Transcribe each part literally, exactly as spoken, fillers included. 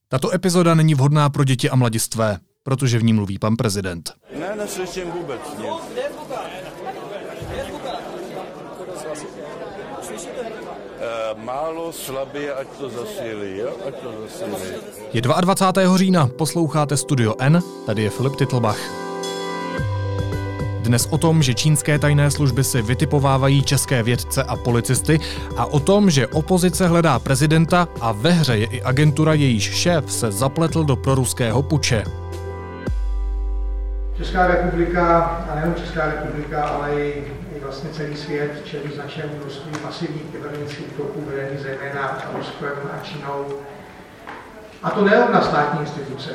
Tato epizoda není vhodná pro děti a mladistvé, protože v ní mluví pan prezident. Ne, neslyším vůbec nic. Uh, málo, slabě, ať to zasílí, jo? Ať to zasílí. Je dvacátého druhého října, posloucháte Studio N, tady je Filip Titlbach. Dnes o tom, že čínské tajné služby si vytipovávají české vědce a policisty a o tom, že opozice hledá prezidenta a ve hře je i agentura, jejíž šéf se zapletl do proruského puče. Česká republika, a nejen Česká republika, ale i, i vlastně celý svět čelí značnému množství masivních kybernetických útoků vedených zejména Ruskem a Čínou. A to nejen na státní instituce,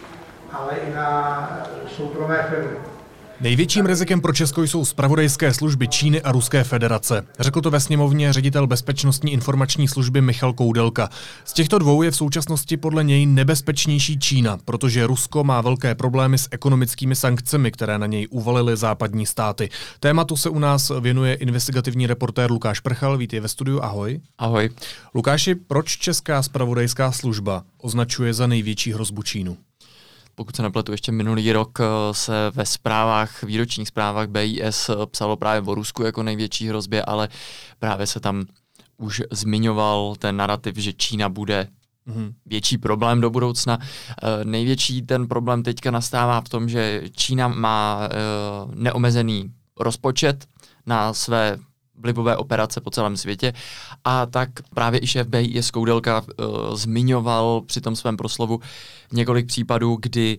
ale i na soukromé firmy. Největším rizikem pro Česko jsou zpravodajské služby Číny a Ruské federace. Řekl to ve sněmovně ředitel Bezpečnostní informační služby Michal Koudelka. Z těchto dvou je v současnosti podle něj nebezpečnější Čína, protože Rusko má velké problémy s ekonomickými sankcemi, které na něj uvalily západní státy. Tématu se u nás věnuje investigativní reportér Lukáš Prchal. Vítej ve studiu, ahoj. Ahoj. Lukáši, proč česká zpravodajská služba označuje za největší hrozbu Čínu? Pokud se nepletu, ještě minulý rok se ve zprávách, výročních zprávách B I S psalo právě o Rusku jako největší hrozbě, ale právě se tam už zmiňoval ten narrativ, že Čína bude mm-hmm. větší problém do budoucna. E, největší ten problém teďka nastává v tom, že Čína má e, neomezený rozpočet na své vlivové operace po celém světě a tak právě i šéf B I S Koudelka uh, zmiňoval při tom svém proslovu několik případů, kdy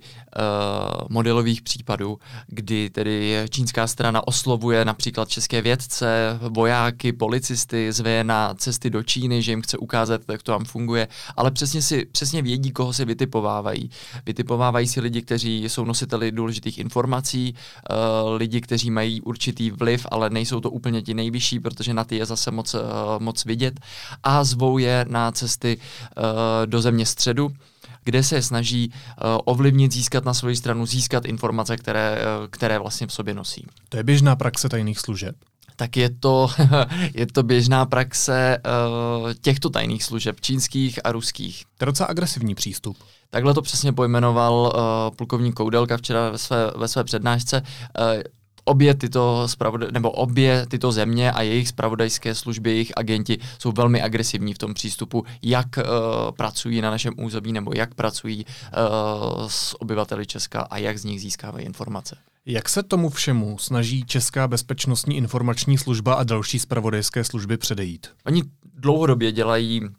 uh, modelových případů, kdy tedy čínská strana oslovuje například české vědce, vojáky, policisty, zve na cesty do Číny, že jim chce ukázat, jak to tam funguje, ale přesně si přesně vědí, koho si vytipovávají. Vytipovávají si lidi, kteří jsou nositeli důležitých informací, uh, lidi, kteří mají určitý vliv, ale nejsou to úplně ti nejvyšší, protože na ty je zase moc, uh, moc vidět a zvou je na cesty uh, do země středu, kde se snaží uh, ovlivnit, získat na svoji stranu, získat informace, které, uh, které vlastně v sobě nosí. To je běžná praxe tajných služeb? Tak je to, je to běžná praxe uh, těchto tajných služeb, čínských a ruských. To je docela agresivní přístup. Takhle to přesně pojmenoval uh, plukovník Koudelka včera ve své, ve své přednášce. Uh, Obě tyto, spravodaj, nebo obě tyto země a jejich zpravodajské služby, jejich agenti jsou velmi agresivní v tom přístupu, jak uh, pracují na našem území nebo jak pracují uh, s obyvateli Česka a jak z nich získávají informace. Jak se tomu všemu snaží Česká bezpečnostní informační služba a další zpravodajské služby předejít? Oni dlouhodobě dělají uh,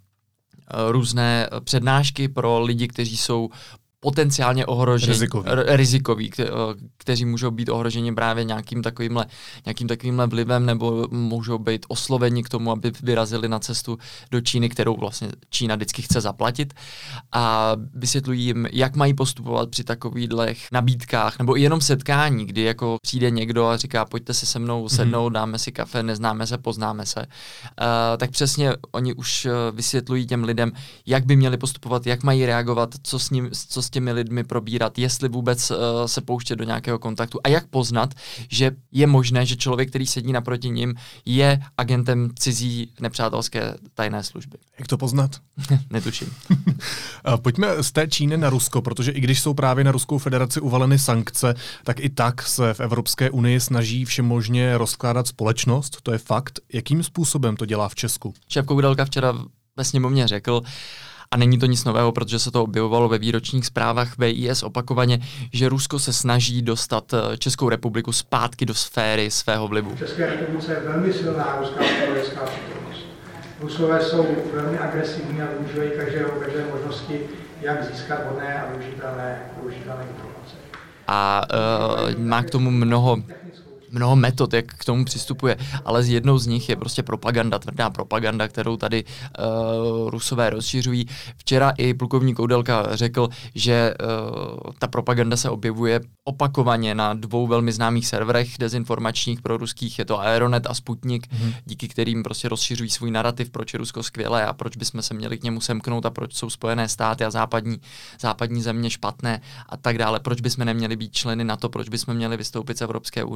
různé přednášky pro lidi, kteří jsou potenciálně ohrožení, rizikoví, r- rizikoví kte- kteří můžou být ohroženi právě nějakým takovýmhle, nějakým takovýmhle vlivem nebo můžou být osloveni k tomu, aby vyrazili na cestu do Číny, kterou vlastně Čína vždycky chce zaplatit a vysvětlují jim, jak mají postupovat při takových nabídkách nebo i jenom setkání, kdy jako přijde někdo a říká, pojďte si se mnou sednout, dáme si kafe, neznáme se, poznáme se. Uh, tak přesně oni už vysvětlují těm lidem, jak by měli postupovat, jak mají reagovat, co s ním, co s těmi lidmi probírat, jestli vůbec uh, se pouštět do nějakého kontaktu a jak poznat, že je možné, že člověk, který sedí naproti ním, je agentem cizí nepřátelské tajné služby. Jak to poznat? Netuším. Pojďme z té Číny na Rusko, protože i když jsou právě na Ruskou federaci uvaleny sankce, tak i tak se v Evropské unii snaží všemožně rozkládat společnost. To je fakt. Jakým způsobem to dělá v Česku? Šéf Koudelka včera ve sněmovně řekl, a není to nic nového, protože se to objevovalo ve výročních zprávách B I S opakovaně, že Rusko se snaží dostat Českou republiku zpátky do sféry svého vlivu. V České republice je velmi silná ruská zpravodajská přítomnost. Rusové jsou velmi agresivní a využívají každé, každé možnosti, jak získat vhodné a využitelné, využitelné informace. A uh, má k tomu mnoho mnoho metod, jak k tomu přistupuje, ale z jednou z nich je prostě propaganda, tvrdá propaganda, kterou tady uh, Rusové rozšiřují. Včera i plukovník Koudelka řekl, že uh, ta propaganda se objevuje opakovaně na dvou velmi známých serverech dezinformačních pro ruských, je to Aeronet a Sputnik, mm-hmm. díky kterým prostě rozšiřují svůj narrativ, proč je Rusko skvělé a proč bychom se měli k němu semknout a proč jsou Spojené státy a západní, západní země špatné a tak dále, proč bychom neměli být členy NATO, proč bychom měli vystoupit z Evropské unie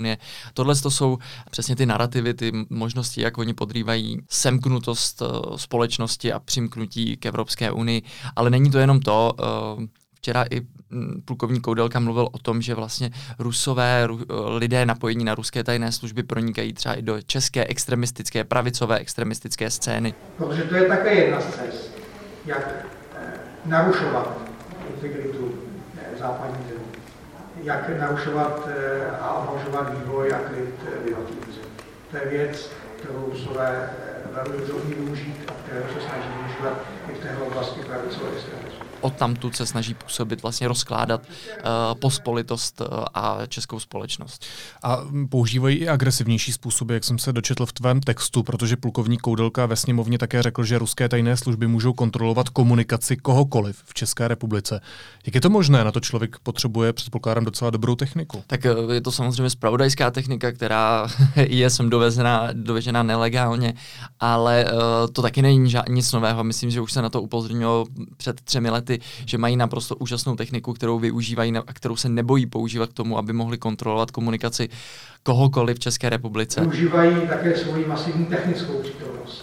tohle to jsou přesně ty narrativy, ty možnosti, jak oni podrývají semknutost uh, společnosti a přimknutí k Evropské unii, ale není to jenom to. Uh, Včera i plukovník Koudelka mluvil o tom, že vlastně Rusové, ru, lidé napojení na ruské tajné služby pronikají třeba i do české extremistické, pravicové extremistické scény. Protože to je také jedna z cest, jak narušovat integritu západní země, jak narušovat a ohrožovat vývoj a klid v jednotlivých zemí. To je věc, kterou Rusové velmi dobře umí využít a kterou se snaží využívat i v téhle oblasti pravicové extremismu. Odtamtud se snaží působit, vlastně rozkládat uh, pospolitost uh, a českou společnost. A používají i agresivnější způsoby, jak jsem se dočetl v tvém textu, protože plukovník Koudelka ve sněmovně také řekl, že ruské tajné služby můžou kontrolovat komunikaci kohokoliv v České republice. Jak je to možné? Na to člověk potřebuje, předpokládám, docela dobrou techniku. Tak uh, je to samozřejmě zpravodajská technika, která je sem dovezená, dovežená nelegálně, ale uh, to taky není ža- nic nového. Myslím, že už se na to upozornilo před třemi lety, že mají naprosto úžasnou techniku, kterou využívají a kterou se nebojí používat k tomu, aby mohli kontrolovat komunikaci kohokoliv v České republice. Využívají také svoji masivní technickou přítomnost,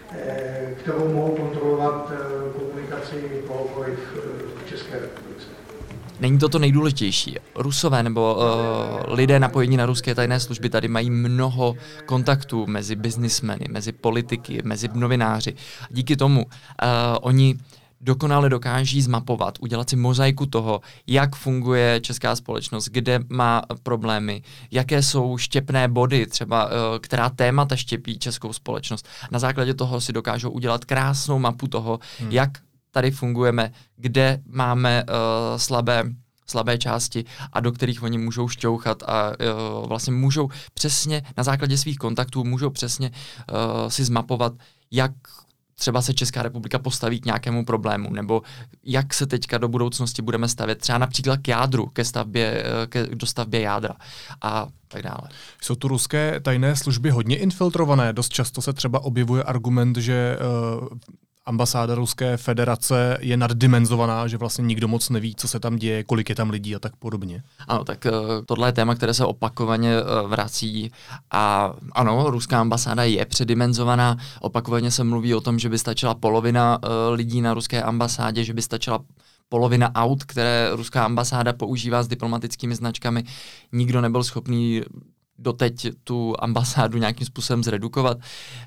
kterou mohou kontrolovat komunikaci kohokoliv v České republice. Není to to nejdůležitější. Rusové nebo uh, lidé napojení na ruské tajné služby tady mají mnoho kontaktů mezi biznismeny, mezi politiky, mezi novináři. Díky tomu uh, oni dokonale dokáží zmapovat, udělat si mozaiku toho, jak funguje česká společnost, kde má problémy, jaké jsou štěpné body, třeba která témata štěpí českou společnost. Na základě toho si dokážou udělat krásnou mapu toho, hmm. jak tady fungujeme, kde máme uh, slabé slabé části a do kterých oni můžou šťouchat a uh, vlastně můžou přesně na základě svých kontaktů můžou přesně uh, si zmapovat, jak třeba se Česká republika postaví k nějakému problému, nebo jak se teďka do budoucnosti budeme stavět třeba například k jádru, ke stavbě, ke dostavbě jádra a tak dále. Jsou tu ruské tajné služby hodně infiltrované? Dost často se třeba objevuje argument, že uh, ambasáda Ruské federace je naddimenzovaná, že vlastně nikdo moc neví, co se tam děje, kolik je tam lidí a tak podobně. Ano, tak uh, tohle je téma, které se opakovaně uh, vrací a ano, ruská ambasáda je předimenzovaná, opakovaně se mluví o tom, že by stačila polovina uh, lidí na ruské ambasádě, že by stačila polovina aut, které ruská ambasáda používá s diplomatickými značkami. Nikdo nebyl schopný doteď tu ambasádu nějakým způsobem zredukovat.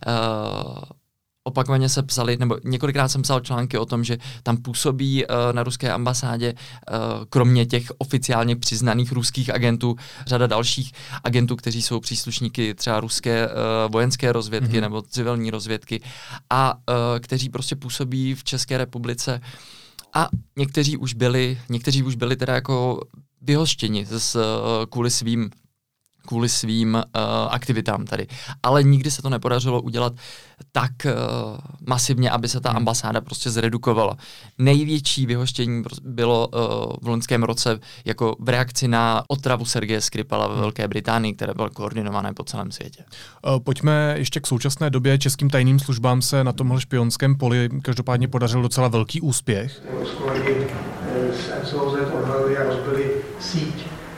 Uh, Opakovaně se psali, nebo několikrát jsem psal články o tom, že tam působí uh, na ruské ambasádě, uh, kromě těch oficiálně přiznaných ruských agentů, řada dalších agentů, kteří jsou příslušníky třeba ruské uh, vojenské rozvědky mm-hmm. nebo civilní rozvědky a uh, kteří prostě působí v České republice a někteří už byli, někteří už byli teda jako vyhoštěni z, uh, kvůli svým kvůli svým uh, aktivitám tady. Ale nikdy se to nepodařilo udělat tak uh, masivně, aby se ta ambasáda prostě zredukovala. Největší vyhoštění bylo uh, v loňském roce jako v reakci na otravu Sergeje Skripala ve Velké Británii, které bylo koordinované po celém světě. Uh, pojďme ještě k současné době. Českým tajným službám se na tomhle špionském poli každopádně podařil docela velký úspěch. S kolegy z N C O Z odhalili a rozbili síť,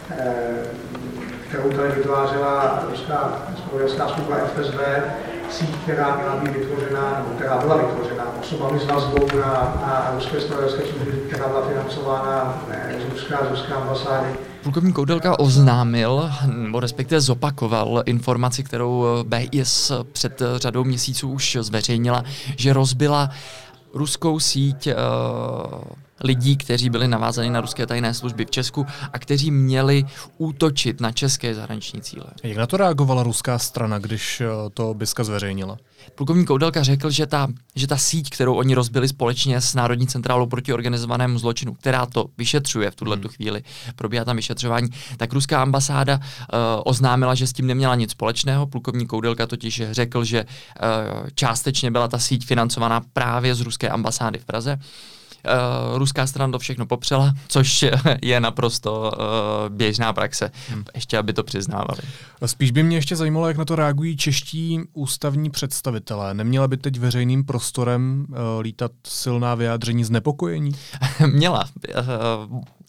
kterou tady vytvářela ruská zpravodajská služba F S B, síť, která měla být vytvořena, nebo která byla vytvořena osobami s vazbou na, na ruské zpravodajské služby, která byla financována z Ruska, z ruské ambasády. Plukovník Koudelka oznámil, nebo respektive zopakoval informaci, kterou B I S před řadou měsíců už zveřejnila, že rozbila ruskou síť uh, lidí, kteří byli navázaní na ruské tajné služby v Česku a kteří měli útočit na české zahraniční cíle. Jak na to reagovala ruská strana, když to BISka zveřejnila? Plukovník Koudelka řekl, že ta, že ta síť, kterou oni rozbili společně s Národní centrálou proti organizovanému zločinu, která to vyšetřuje v tuhle hmm. chvíli, probíhá tam vyšetřování, tak ruská ambasáda uh, oznámila, že s tím neměla nic společného. Plukovník Koudelka totiž řekl, že uh, částečně byla ta síť financovaná právě z ruské ambasády v Praze. Uh, ruská strana to všechno popřela, což je naprosto uh, běžná praxe. Hmm. Ještě, aby to přiznávali. Spíš by mě ještě zajímalo, jak na to reagují čeští ústavní představitelé. Neměla by teď veřejným prostorem uh, lítat silná vyjádření znepokojení? Měla. Uh,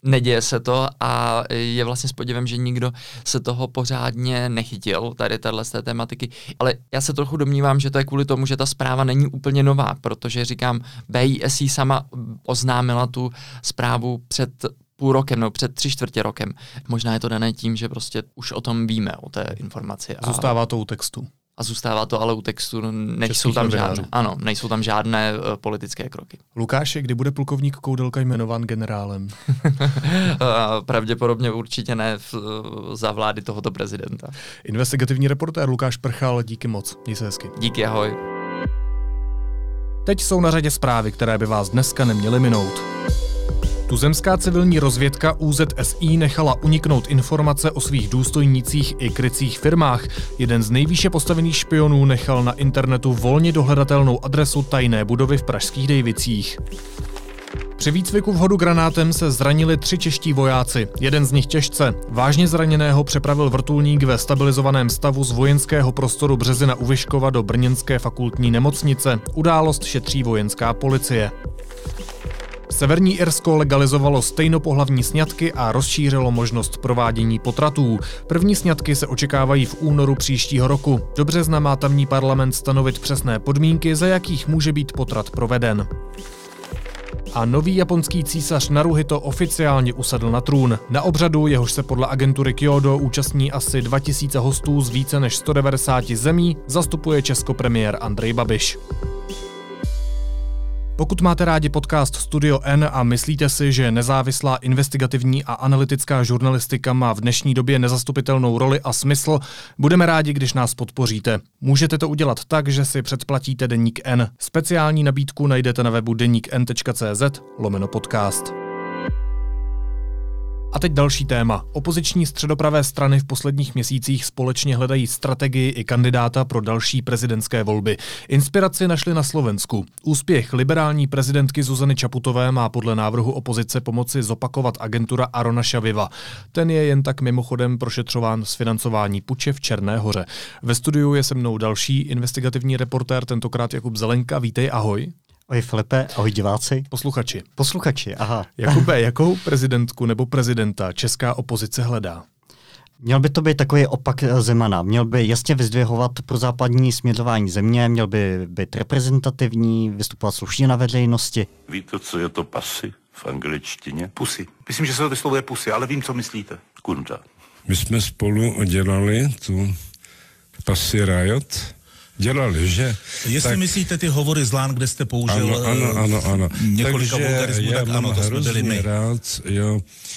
neděje se to a je vlastně s podivem, že nikdo se toho pořádně nechytil, tady téhle z té tematiky. Ale já se trochu domnívám, že to je kvůli tomu, že ta zpráva není úplně nová, protože říkám, B I S jí sama oznámila tu zprávu před půl rokem, no před tři čtvrtě rokem. Možná je to dané tím, že prostě už o tom víme, o té informaci. A zůstává to u textu. A zůstává to ale u textu, nejsou tam žádné, ano, nejsou tam žádné uh, politické kroky. Lukáši, kdy bude plukovník Koudelka jmenován generálem? Pravděpodobně určitě ne v, za vlády tohoto prezidenta. Investigativní reportér Lukáš Prchal, díky moc. Měj se hezky. Díky, ahoj. Teď jsou na řadě zprávy, které by vás dneska neměly minout. Tuzemská civilní rozvědka U Z S I nechala uniknout informace o svých důstojnících i krycích firmách. Jeden z nejvýše postavených špionů nechal na internetu volně dohledatelnou adresu tajné budovy v pražských Dejvicích. Při výcviku v hodu granátem se zranili tři čeští vojáci, jeden z nich těžce. Vážně zraněného přepravil vrtulník ve stabilizovaném stavu z vojenského prostoru Březina u Vyškova do brněnské fakultní nemocnice. Událost šetří vojenská policie. Severní Irsko legalizovalo stejnopohlavní sňatky a rozšířilo možnost provádění potratů. První sňatky se očekávají v únoru příštího roku. Do března má tamní parlament stanovit přesné podmínky, za jakých může být potrat proveden. A nový japonský císař Naruhito oficiálně usedl na trůn. Na obřadu, jehož se podle agentury Kyodo účastní asi dva tisíce hostů z více než sto devadesát zemí, zastupuje Česko premiér Andrej Babiš. Pokud máte rádi podcast Studio N a myslíte si, že nezávislá investigativní a analytická žurnalistika má v dnešní době nezastupitelnou roli a smysl, budeme rádi, když nás podpoříte. Můžete to udělat tak, že si předplatíte Deník N. Speciální nabídku najdete na webu deník n tečka cé zet lomeno podcast. A teď další téma. Opoziční středopravé strany v posledních měsících společně hledají strategii i kandidáta pro další prezidentské volby. Inspiraci našli na Slovensku. Úspěch liberální prezidentky Zuzany Čaputové má podle návrhu opozice pomoci zopakovat agentura Arona Šaviva. Ten je jen tak mimochodem prošetřován z financování puče v Černé Hoře. Ve studiu je se mnou další investigativní reportér, tentokrát Jakub Zelenka. Vítej, ahoj. Ahoj Filipe, ahoj diváci. Posluchači. Posluchači, aha. Jakube, jakou prezidentku nebo prezidenta česká opozice hledá? Měl by to být takový opak Zemana. Měl by jasně vyzdvihovat pro západní směřování země, měl by být reprezentativní, vystupovat slušně na veřejnosti. Víte, co je to pasy v angličtině? Pusy. Myslím, že se to vyslovuje pusy, ale vím, co myslíte. Kunda. My jsme spolu dělali tu Pussy Riot. Dělali, že? Jestli tak... myslíte ty hovory z Lán, kde jste použil ano, ano, ano, ano. několika vulgarismů, tak ano, to jsme byli my. rád, jo,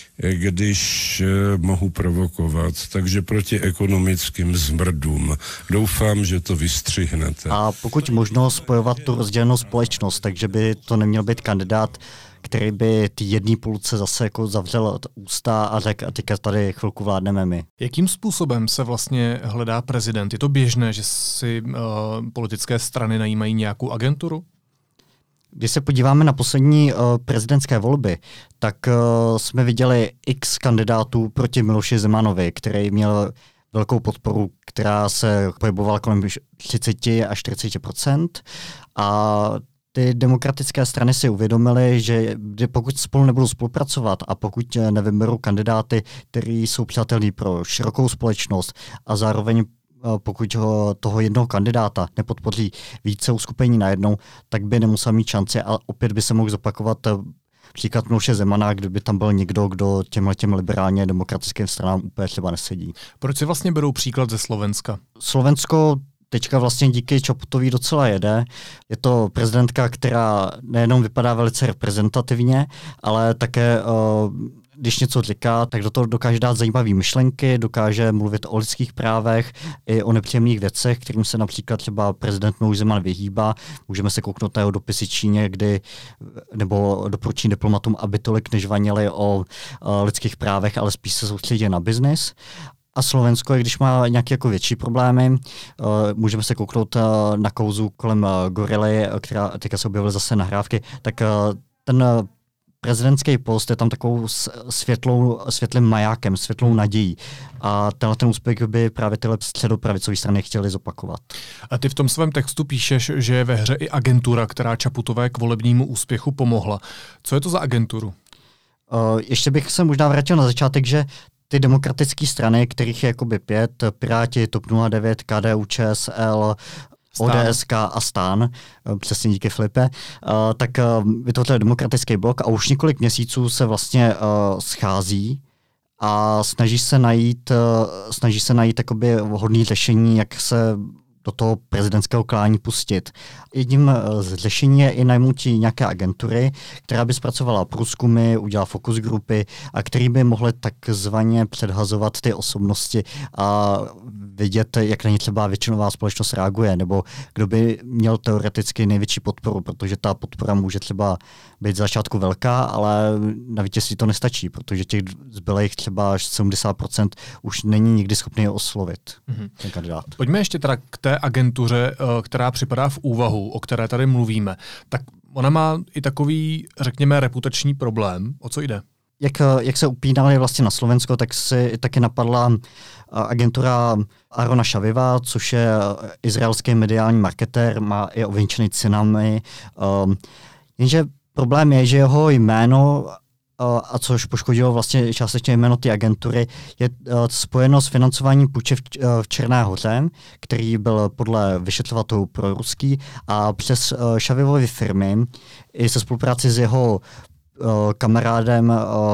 když uh, mohu provokovat, takže proti ekonomickým zmrdům. Doufám, že to vystřihnete. A pokud možno spojovat tu rozdělenou společnost, takže by to neměl být kandidát, který by ty jedné půlce zase jako zavřel ústa a řekl, a teďka tady chvilku vládneme my. Jakým způsobem se vlastně hledá prezident? Je to běžné, že si uh, politické strany najímají nějakou agenturu? Když se podíváme na poslední uh, prezidentské volby, tak uh, jsme viděli x kandidátů proti Miloši Zemanovi, který měl velkou podporu, která se pohybovala kolem třicet až čtyřicet procent a ty demokratické strany si uvědomily, že pokud spolu nebudou spolupracovat a pokud nevyberou kandidáty, kteří jsou přátelní pro širokou společnost a zároveň pokud ho, toho jednoho kandidáta nepodpoří více uskupení najednou, tak by nemusel mít šanci a opět by se mohl zopakovat příklad Miloše Zemana, kdyby tam byl někdo, kdo těmhletěm liberálně demokratickým stranám úplně třeba nesedí. Proč si vlastně berou příklad ze Slovenska? Slovensko teďka vlastně díky Čaputový docela jede. Je to prezidentka, která nejenom vypadá velice reprezentativně, ale také, když něco říká, tak do toho dokáže dát zajímavé myšlenky, dokáže mluvit o lidských právech i o nepříjemných věcech, kterým se například třeba prezident Miloš Zeman vyhýbá. Můžeme se kouknout na jeho dopisy Číně, kdy, nebo doporučení diplomatům, aby tolik nežvaněli o lidských právech, ale spíš se soustředí na biznis. A Slovensko, když má nějaké jako větší problémy, uh, můžeme se kouknout uh, na kauzu kolem uh, gorily, která teďka se objevily zase nahrávky, tak uh, ten uh, prezidentský post je tam takovou světlou, světlým majákem, světlou nadějí. A tenhle ten úspěch by právě tyhle středopravicové strany chtěli zopakovat. A ty v tom svém textu píšeš, že je ve hře i agentura, která Čaputové k volebnímu úspěchu pomohla. Co je to za agenturu? Uh, ještě bych se možná vrátil na začátek, že ty demokratické strany, kterých je jakoby pět, Piráti, TOP nula devět, K D U Č S L, O D S K a STAN, přesně díky Filipe, tak vytvořili demokratický blok a už několik měsíců se vlastně schází a snaží se najít, snaží se najít jakoby vhodné řešení, jak se do toho prezidentského klání pustit. Jedním z řešení je i najmutí nějaké agentury, která by zpracovala průzkumy, udělala fokus grupy a který by mohly takzvaně předhazovat ty osobnosti a vidět, jak na ně třeba většinová společnost reaguje, nebo kdo by měl teoreticky největší podporu, protože ta podpora může třeba být z začátku velká, ale na vítězství to nestačí, protože těch zbylých třeba až sedmdesát procent už není nikdy schopný oslovit mm-hmm. ten kandidát. Pojďme ještě teda k té agentuře, která připadá v úvahu, o které tady mluvíme. Tak ona má i takový, řekněme, reputační problém. O co jde? Jak, jak se upínali vlastně na Slovensko, tak si taky napadla agentura Arona Šaviva, což je izraelský mediální marketér, má i ověnčený cenami. Um, jenže problém je, že jeho jméno, a což poškodilo vlastně částečně jméno té agentury, je spojeno s financováním puče v Černé Hoře, který byl podle vyšetřovatelů proruský a přes Šavivovy firmy i se spolupráci s jeho kamarádem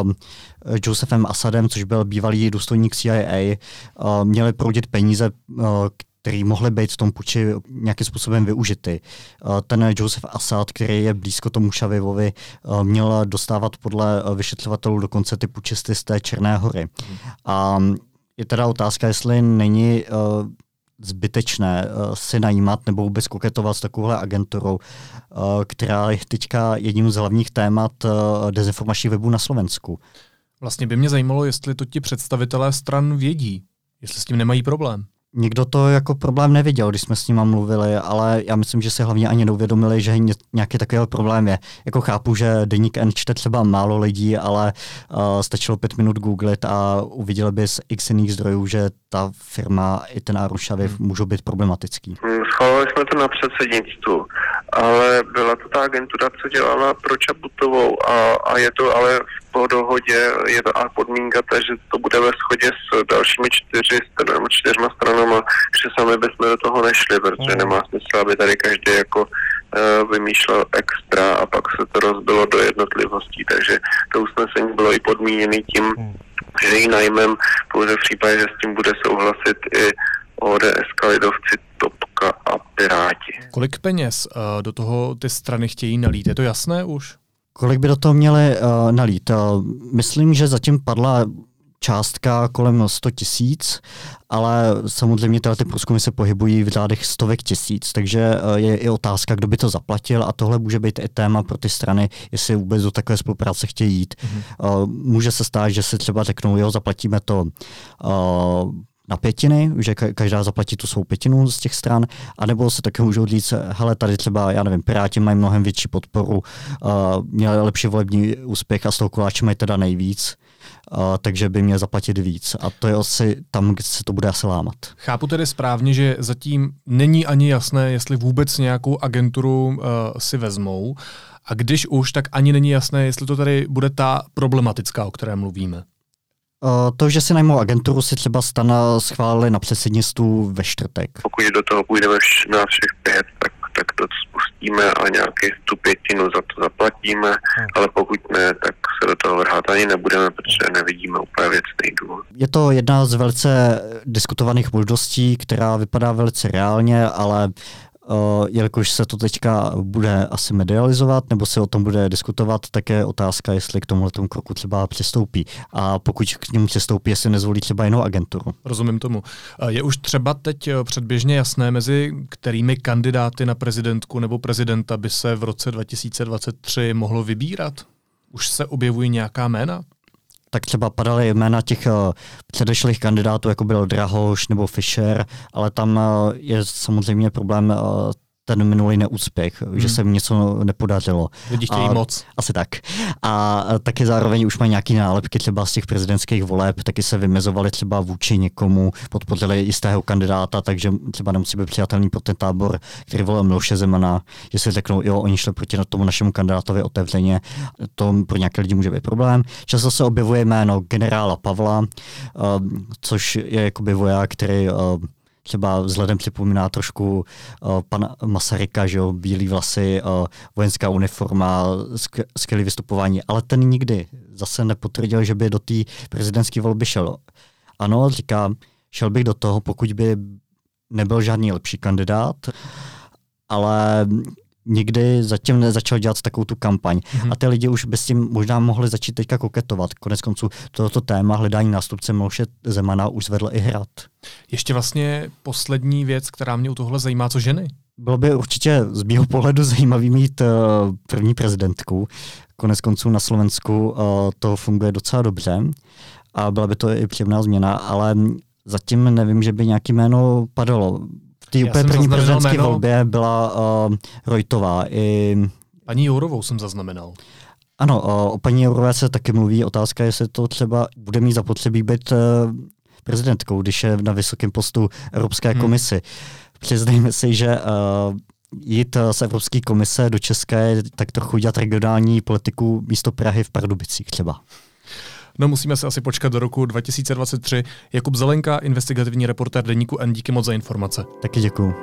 Josephem Assadem, což byl bývalý důstojník C I A, měli proudit peníze, který mohly být v tom puči nějakým způsobem využity. Ten Joseph Assad, který je blízko tomu Šavivovi, měl dostávat podle vyšetřovatelů dokonce ty pučisty z té Černé Hory. A je teda otázka, jestli není zbytečné si najímat nebo vůbec koketovat s takovouhle agenturou, která je teďka jedním z hlavních témat dezinformačních webů na Slovensku. Vlastně by mě zajímalo, jestli to ti představitelé stran vědí, jestli s tím nemají problém. Nikdo to jako problém neviděl, když jsme s nima mluvili, ale já myslím, že se hlavně ani neuvědomili, že nějaký takový problém je. Jako chápu, že Deník N čte třeba málo lidí, ale uh, stačilo pět minut googlit a uviděli by z x jiných zdrojů, že ta firma i ten Aron Šaviv hmm. můžou být problematický. Schvalovali jsme to na předsednictvu, ale byla to ta agentura, co dělala pro Čaputovou a, a je to ale po dohodě, je to a podmínka ta, že to bude ve shodě s dalšími čtyři, čtyřma stranama, že sami bychom do toho nešli, protože nemá smysl, aby tady každý jako uh, vymýšlel extra a pak se to rozbilo do jednotlivostí, takže to usnesení bylo i podmíněné tím, že ji najmem pouze v případě, že s tím bude souhlasit i O D S K, lidovci, Topka a Piráti. Kolik peněz uh, do toho ty strany chtějí nalít? Je to jasné už? Kolik by do toho měli uh, nalít? Uh, myslím, že zatím padla částka kolem sto tisíc, ale samozřejmě tyhle ty průzkumy se pohybují v řádech stovek tisíc, takže uh, je i otázka, kdo by to zaplatil a tohle může být i téma pro ty strany, jestli vůbec do takové spolupráce chtějí jít. Mm-hmm. Uh, může se stát, že si třeba řeknou, jo, zaplatíme to uh, na pětiny, že každá zaplatí tu svou pětinu z těch stran, anebo se také můžou říct, hele, tady třeba, já nevím, Piráti mají mnohem větší podporu, uh, měli lepší volební úspěch a z toho koláče mají teda nejvíc, uh, takže by měl zaplatit víc. A to je asi tam, kde se to bude asi lámat. Chápu tedy správně, že zatím není ani jasné, jestli vůbec nějakou agenturu uh, si vezmou, a když už, tak ani není jasné, jestli to tady bude ta problematická, o které mluvíme. Uh, to, že si najmou agenturu, si třeba Stana schválili na předsednictvu ve čtvrtek. Pokud do toho půjdeme na všech pět, tak, tak to spustíme a nějaký tu pětinu za to zaplatíme, hmm. ale pokud ne, tak se do toho vrhat ani nebudeme, protože nevidíme úplně věcný důvod. Je to jedna z velice diskutovaných možností, která vypadá velice reálně, ale Uh, jelikož se to teďka bude asi medializovat, nebo se o tom bude diskutovat, tak je otázka, jestli k tomuhle tomu kroku třeba přistoupí. A pokud k němu přistoupí, jestli nezvolí třeba jinou agenturu. Rozumím tomu. Je už třeba teď předběžně jasné, mezi kterými kandidáty na prezidentku nebo prezidenta by se v roce dva tisíce dvacet tři mohlo vybírat? Už se objevují nějaká jména? Tak třeba padaly jména těch uh, předešlých kandidátů, jako byl Drahoš nebo Fischer, ale tam uh, je samozřejmě problém uh, ten minulý neúspěch, hmm. že se mi něco nepodařilo. Lidi chtějí a, moc. Asi tak. A taky zároveň už mají nějaký nálepky třeba z těch prezidentských voleb, taky se vymezovali třeba vůči někomu, podpořili jistého kandidáta, takže třeba nemusí být přijatelný pro ten tábor, který volil Miloše Zemana, že si řeknou, jo, oni šli proti tomu našemu kandidátovi otevřeně, to pro nějaké lidi může být problém. Často se objevuje jméno generála Pavla, uh, což je jakoby voják, který uh, třeba vzhledem připomíná trošku uh, pana Masaryka, že jo, bílý vlasy, uh, vojenská uniforma, sk- skvělé vystupování, ale ten nikdy zase nepotvrdil, že by do té prezidentské volby šel. Ano, říká, šel bych do toho, pokud by nebyl žádný lepší kandidát, ale nikdy zatím nezačal dělat takovou tu kampaň. Mm-hmm. A ty lidi už by s tím možná mohli začít teďka koketovat. Konec konců tohoto téma hledání nástupce Miloše Zemana už zvedl i Hrad. Ještě vlastně poslední věc, která mě u tohle zajímá, co ženy? Bylo by určitě z mého pohledu zajímavý mít uh, první prezidentku. Konec konců na Slovensku uh, to funguje docela dobře a byla by to i příjemná změna, ale zatím nevím, že by nějaké jméno padalo. V té úplně první prezidentské jméno... volbě byla uh, Rojtová. I... Paní Jourovou jsem zaznamenal. Ano, uh, o paní Jourové se taky mluví. Otázka, jestli to třeba bude mít zapotřebí být uh, prezidentkou, když je na vysokém postu Evropské hmm. komisi. Přiznejme si, že uh, jít z Evropské komise do České, tak trochu dělat regionální politiku místo Prahy v Pardubicích třeba. No, musíme se asi počkat do roku dva tisíce dvacet tři. Jakub Zelenka, investigativní reportér deníku N, díky moc za informace. Taky děkuju.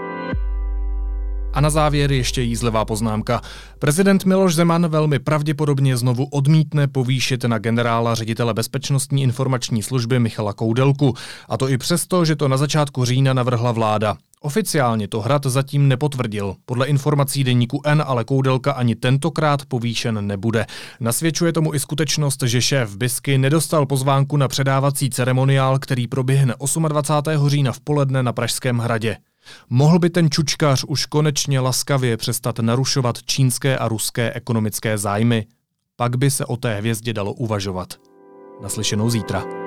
A na závěr ještě jízlivá poznámka. Prezident Miloš Zeman velmi pravděpodobně znovu odmítne povýšit na generála ředitele Bezpečnostní informační služby Michala Koudelku. A to i přesto, že to na začátku října navrhla vláda. Oficiálně to Hrad zatím nepotvrdil. Podle informací deníku N ale Koudelka ani tentokrát povýšen nebude. Nasvědčuje tomu i skutečnost, že šéf Bisky nedostal pozvánku na předávací ceremoniál, který proběhne dvacátého osmého října v poledne na Pražském hradě. Mohl by ten čučkař už konečně laskavě přestat narušovat čínské a ruské ekonomické zájmy? Pak by se o té hvězdě dalo uvažovat. Naslyšenou zítra.